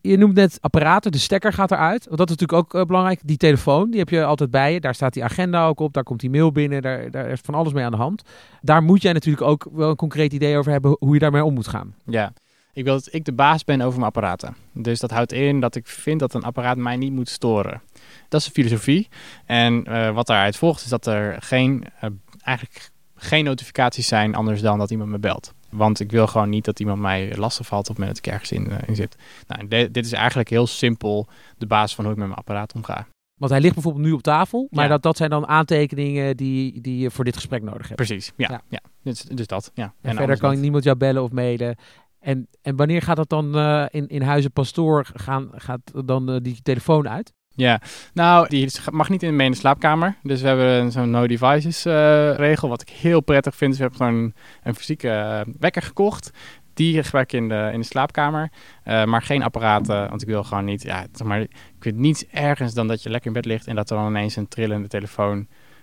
je noemt net apparaten, de stekker gaat eruit. Want dat is natuurlijk ook uh, belangrijk. Die telefoon, die heb je altijd bij je. Daar staat die agenda ook op, daar komt die mail binnen. Daar, daar is van alles mee aan de hand. Daar moet jij natuurlijk ook wel een concreet idee over hebben hoe je daarmee om moet gaan. Ja, ik wil dat ik de baas ben over mijn apparaten. Dus dat houdt in dat ik vind dat een apparaat mij niet moet storen. Dat is de filosofie. En uh, wat daaruit volgt is dat er geen, uh, eigenlijk geen notificaties zijn anders dan dat iemand me belt. Want ik wil gewoon niet dat iemand mij lastig valt op het moment dat ik ergens in, uh, in zit. Nou, de, dit is eigenlijk heel simpel de basis van hoe ik met mijn apparaat omga. Want hij ligt bijvoorbeeld nu op tafel, maar ja. dat, dat zijn dan aantekeningen die, die je voor dit gesprek nodig hebt. Precies, ja. ja. ja. Dus, dus dat, ja. En, en verder kan niet. niemand jou bellen of mailen. En, en wanneer gaat dat dan uh, in, in Huizen Pastoor, gaan, gaat dan uh, die telefoon uit? Ja, nou, die mag niet in mee in de slaapkamer. Dus we hebben zo'n no devices uh, regel, wat ik heel prettig vind. Dus we hebben gewoon een, een fysieke uh, wekker gekocht. Die gebruik ik in de, in de slaapkamer. Uh, maar geen apparaten, want ik wil gewoon niet... Ja, zeg maar, ik vind niets ergens dan dat je lekker in bed ligt en dat er dan ineens een trillende telefoon,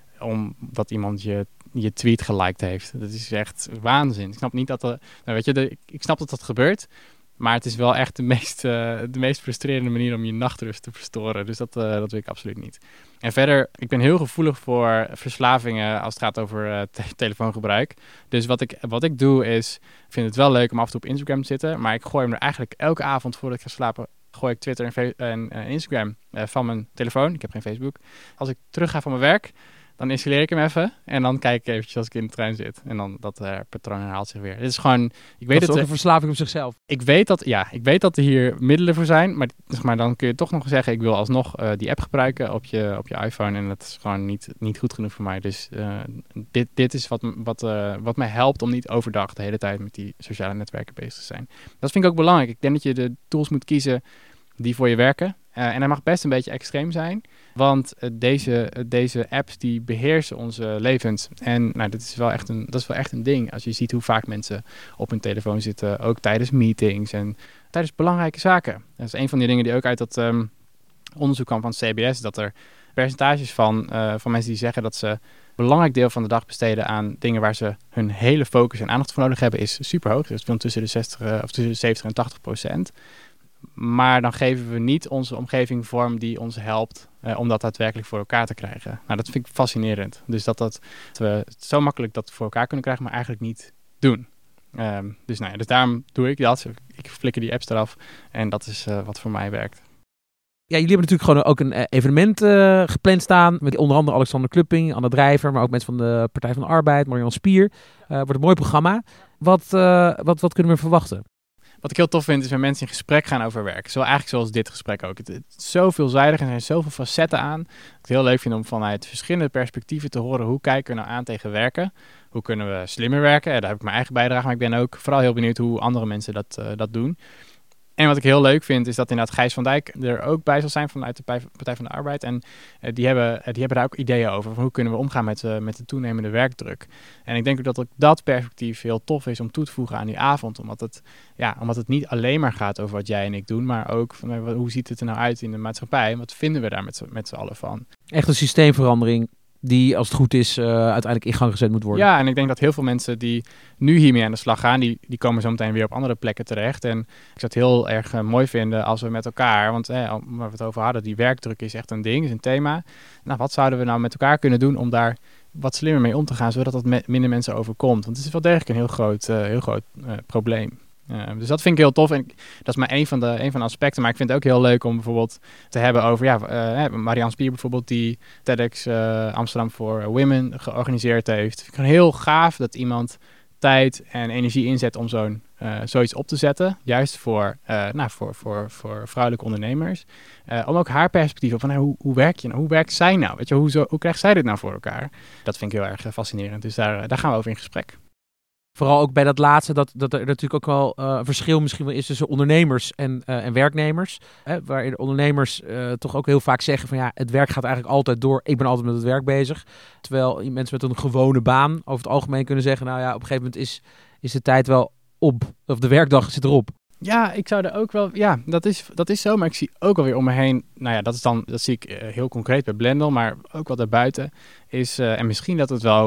omdat iemand je, je tweet geliked heeft. Dat is echt waanzin. Ik snap niet dat er... Nou weet je, de, ik snap dat dat gebeurt. Maar het is wel echt de meest, uh, de meest frustrerende manier om je nachtrust te verstoren. Dus dat, uh, dat wil ik absoluut niet. En verder, ik ben heel gevoelig voor verslavingen als het gaat over uh, te- telefoongebruik. Dus wat ik, wat ik doe is, ik vind het wel leuk om af en toe op Instagram te zitten. Maar ik gooi hem er eigenlijk elke avond voordat ik ga slapen, gooi ik Twitter en, fe- en uh, Instagram uh, van mijn telefoon. Ik heb geen Facebook. Als ik terug ga van mijn werk, dan installeer ik hem even en dan kijk ik eventjes als ik in de trein zit. En dan dat uh, patroon herhaalt zich weer. Dit is gewoon... Ik weet dat is het, ook een verslaving op zichzelf. Ik weet dat, ja, ik weet dat er hier middelen voor zijn, maar, zeg maar dan kun je toch nog zeggen, ik wil alsnog uh, die app gebruiken op je, op je iPhone en dat is gewoon niet, niet goed genoeg voor mij. Dus uh, dit, dit is wat, wat, uh, wat mij helpt om niet overdag de hele tijd met die sociale netwerken bezig te zijn. Dat vind ik ook belangrijk. Ik denk dat je de tools moet kiezen die voor je werken. Uh, en dat mag best een beetje extreem zijn, want uh, deze, uh, deze apps die beheersen onze levens. En nou, dat, is wel echt een, dat is wel echt een ding. Als je ziet hoe vaak mensen op hun telefoon zitten, ook tijdens meetings en tijdens belangrijke zaken. Dat is een van die dingen die ook uit dat um, onderzoek kwam van het C B S, dat er percentages van, uh, van mensen die zeggen dat ze een belangrijk deel van de dag besteden aan dingen waar ze hun hele focus en aandacht voor nodig hebben, is super hoog. Dus tussen de, zestig, uh, of tussen de zeventig en tachtig procent. Maar dan geven we niet onze omgeving vorm die ons helpt uh, om dat daadwerkelijk voor elkaar te krijgen. Nou, dat vind ik fascinerend. Dus dat, dat, dat we zo makkelijk dat voor elkaar kunnen krijgen, maar eigenlijk niet doen. Um, dus, nou ja, dus daarom doe ik dat. Ik flikker die apps eraf en dat is uh, wat voor mij werkt. Ja, jullie hebben natuurlijk gewoon ook een uh, evenement uh, gepland staan. Met onder andere Alexander Klupping, Anne Drijver, maar ook mensen van de Partij van de Arbeid, Marianne Spier. Uh, wordt een mooi programma. Wat, uh, wat, wat kunnen we verwachten? Wat ik heel tof vind, is met mensen in gesprek gaan over werk. Zo eigenlijk zoals dit gesprek ook. Het, het is zo veelzijdig en er zijn zoveel facetten aan. Wat ik heel leuk vind om vanuit verschillende perspectieven te horen. Hoe kijken we nou aan tegen werken? Hoe kunnen we slimmer werken? Ja, daar heb ik mijn eigen bijdrage. Maar ik ben ook vooral heel benieuwd hoe andere mensen dat, uh, dat doen. En wat ik heel leuk vind, is dat inderdaad Gijs van Dijk er ook bij zal zijn vanuit de Partij van de Arbeid. En uh, die, hebben, uh, die hebben daar ook ideeën over. Van hoe kunnen we omgaan met, uh, met de toenemende werkdruk. En ik denk ook dat ook dat perspectief heel tof is om toe te voegen aan die avond. Omdat het, ja, omdat het niet alleen maar gaat over wat jij en ik doen. Maar ook van uh, hoe ziet het er nou uit in de maatschappij. En wat vinden we daar met, met z'n allen van. Echt een systeemverandering die, als het goed is, uh, uiteindelijk in gang gezet moet worden. Ja, en ik denk dat heel veel mensen die nu hiermee aan de slag gaan, die, die komen zo meteen weer op andere plekken terecht. En ik zou het heel erg uh, mooi vinden als we met elkaar, want eh, waar we het over hadden, die werkdruk is echt een ding, is een thema. Nou, wat zouden we nou met elkaar kunnen doen om daar wat slimmer mee om te gaan, zodat dat me- minder mensen overkomt? Want het is wel degelijk een heel groot, uh, heel groot uh, probleem. Uh, dus dat vind ik heel tof en dat is maar één van, de, één van de aspecten. Maar ik vind het ook heel leuk om bijvoorbeeld te hebben over, ja, uh, Marianne Spier bijvoorbeeld, die TEDx uh, Amsterdam for Women georganiseerd heeft. Ik vind het heel gaaf dat iemand tijd en energie inzet om zo'n, uh, zoiets op te zetten. Juist voor, uh, nou, voor, voor, voor vrouwelijke ondernemers. Uh, om ook haar perspectief op van, nou, hoe, hoe werk je nou? Hoe werkt zij nou? Weet je, hoe, zo, hoe krijgt zij dit nou voor elkaar? Dat vind ik heel erg uh, fascinerend. Dus daar, daar gaan we over in gesprek. Vooral ook bij dat laatste, dat, dat er natuurlijk ook wel uh, een verschil misschien wel is tussen ondernemers en, uh, en werknemers. Hè, waar de ondernemers uh, toch ook heel vaak zeggen van ja, het werk gaat eigenlijk altijd door. Ik ben altijd met het werk bezig. Terwijl mensen met een gewone baan over het algemeen kunnen zeggen, nou ja, op een gegeven moment is, is de tijd wel op. Of de werkdag zit erop. Ja, ik zou er ook wel... Ja, dat is, dat is zo. Maar ik zie ook alweer om me heen... Nou ja, dat is dan... Dat zie ik uh, heel concreet bij Blendel. Maar ook wat daarbuiten is... Uh, en misschien dat het wel over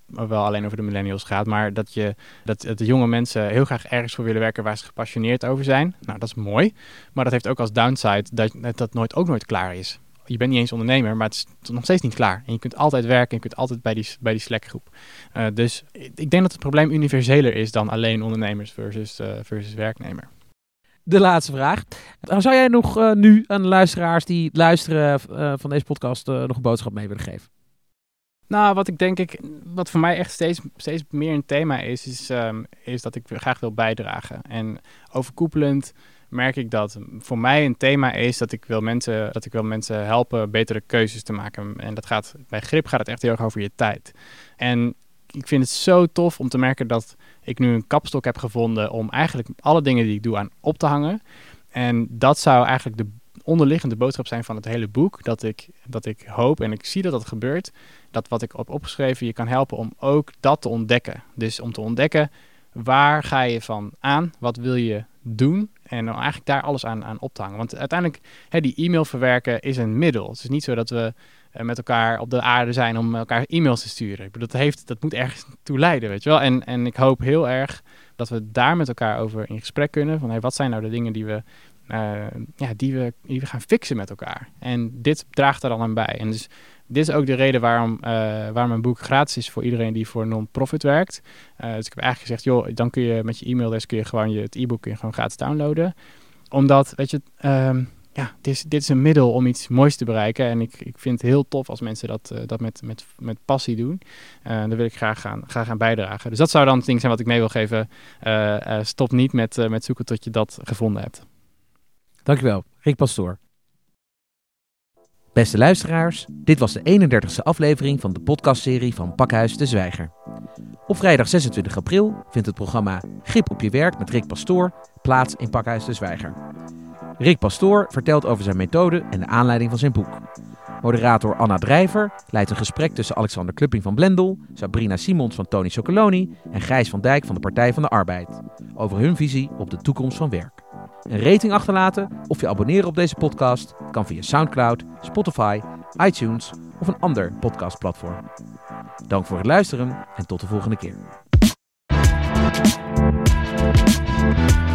wel alleen over de millennials gaat, maar dat, je, dat, dat de jonge mensen heel graag ergens voor willen werken waar ze gepassioneerd over zijn. Nou, dat is mooi. Maar dat heeft ook als downside dat dat nooit, ook nooit klaar is. Je bent niet eens ondernemer, maar het is nog steeds niet klaar. En je kunt altijd werken en je kunt altijd bij die, bij die Slack-groep. Uh, dus ik denk dat het probleem universeler is dan alleen ondernemers versus, uh, versus werknemer. De laatste vraag. Zou jij nog uh, nu aan de luisteraars die luisteren uh, van deze podcast uh, nog een boodschap mee willen geven? Nou, wat ik denk ik, wat voor mij echt steeds, steeds meer een thema is, is, um, is dat ik graag wil bijdragen. En overkoepelend merk ik dat voor mij een thema is dat ik wil mensen, dat ik wil mensen helpen betere keuzes te maken. En dat gaat, bij Grip gaat het echt heel erg over je tijd. En ik vind het zo tof om te merken dat ik nu een kapstok heb gevonden om eigenlijk alle dingen die ik doe aan op te hangen. En dat zou eigenlijk de onderliggende boodschap zijn van het hele boek. Dat ik, dat ik hoop, en ik zie dat dat gebeurt, dat wat ik heb opgeschreven je kan helpen om ook dat te ontdekken. Dus om te ontdekken, waar ga je van aan? Wat wil je doen? En om eigenlijk daar alles aan, aan op te hangen. Want uiteindelijk, hè, die e-mail verwerken is een middel. Het is niet zo dat we uh, met elkaar op de aarde zijn om elkaar e-mails te sturen. Ik bedoel, dat, heeft, dat moet ergens toe leiden, weet je wel. En, en ik hoop heel erg dat we daar met elkaar over in gesprek kunnen. Van, hey, wat zijn nou de dingen die we, uh, ja, die, we, die we gaan fixen met elkaar? En dit draagt er dan aan bij. En dus dit is ook de reden waarom, uh, waarom mijn boek gratis is voor iedereen die voor non-profit werkt. Uh, dus ik heb eigenlijk gezegd, joh, dan kun je met je e-mailadres kun je gewoon je, het e-book kun je gewoon gratis downloaden. Omdat, weet je, um, ja, dit is, dit is een middel om iets moois te bereiken. En ik, ik vind het heel tof als mensen dat, uh, dat met, met, met passie doen. Uh, daar wil ik graag gaan, graag aan bijdragen. Dus dat zou dan het ding zijn wat ik mee wil geven. Uh, uh, stop niet met, uh, met zoeken tot je dat gevonden hebt. Dankjewel, Rick Pastoor. Beste luisteraars, dit was de eenendertigste aflevering van de podcastserie van Pakhuis de Zwijger. Op vrijdag zesentwintig april vindt het programma Grip op je werk met Rick Pastoor plaats in Pakhuis de Zwijger. Rick Pastoor vertelt over zijn methode en de aanleiding van zijn boek. Moderator Anna Drijver leidt een gesprek tussen Alexander Klupping van Blendel, Sabrina Simons van Tony Chocoloni en Gijs van Dijk van de Partij van de Arbeid over hun visie op de toekomst van werk. Een rating achterlaten of je abonneren op deze podcast kan via SoundCloud, Spotify, iTunes of een ander podcastplatform. Dank voor het luisteren en tot de volgende keer.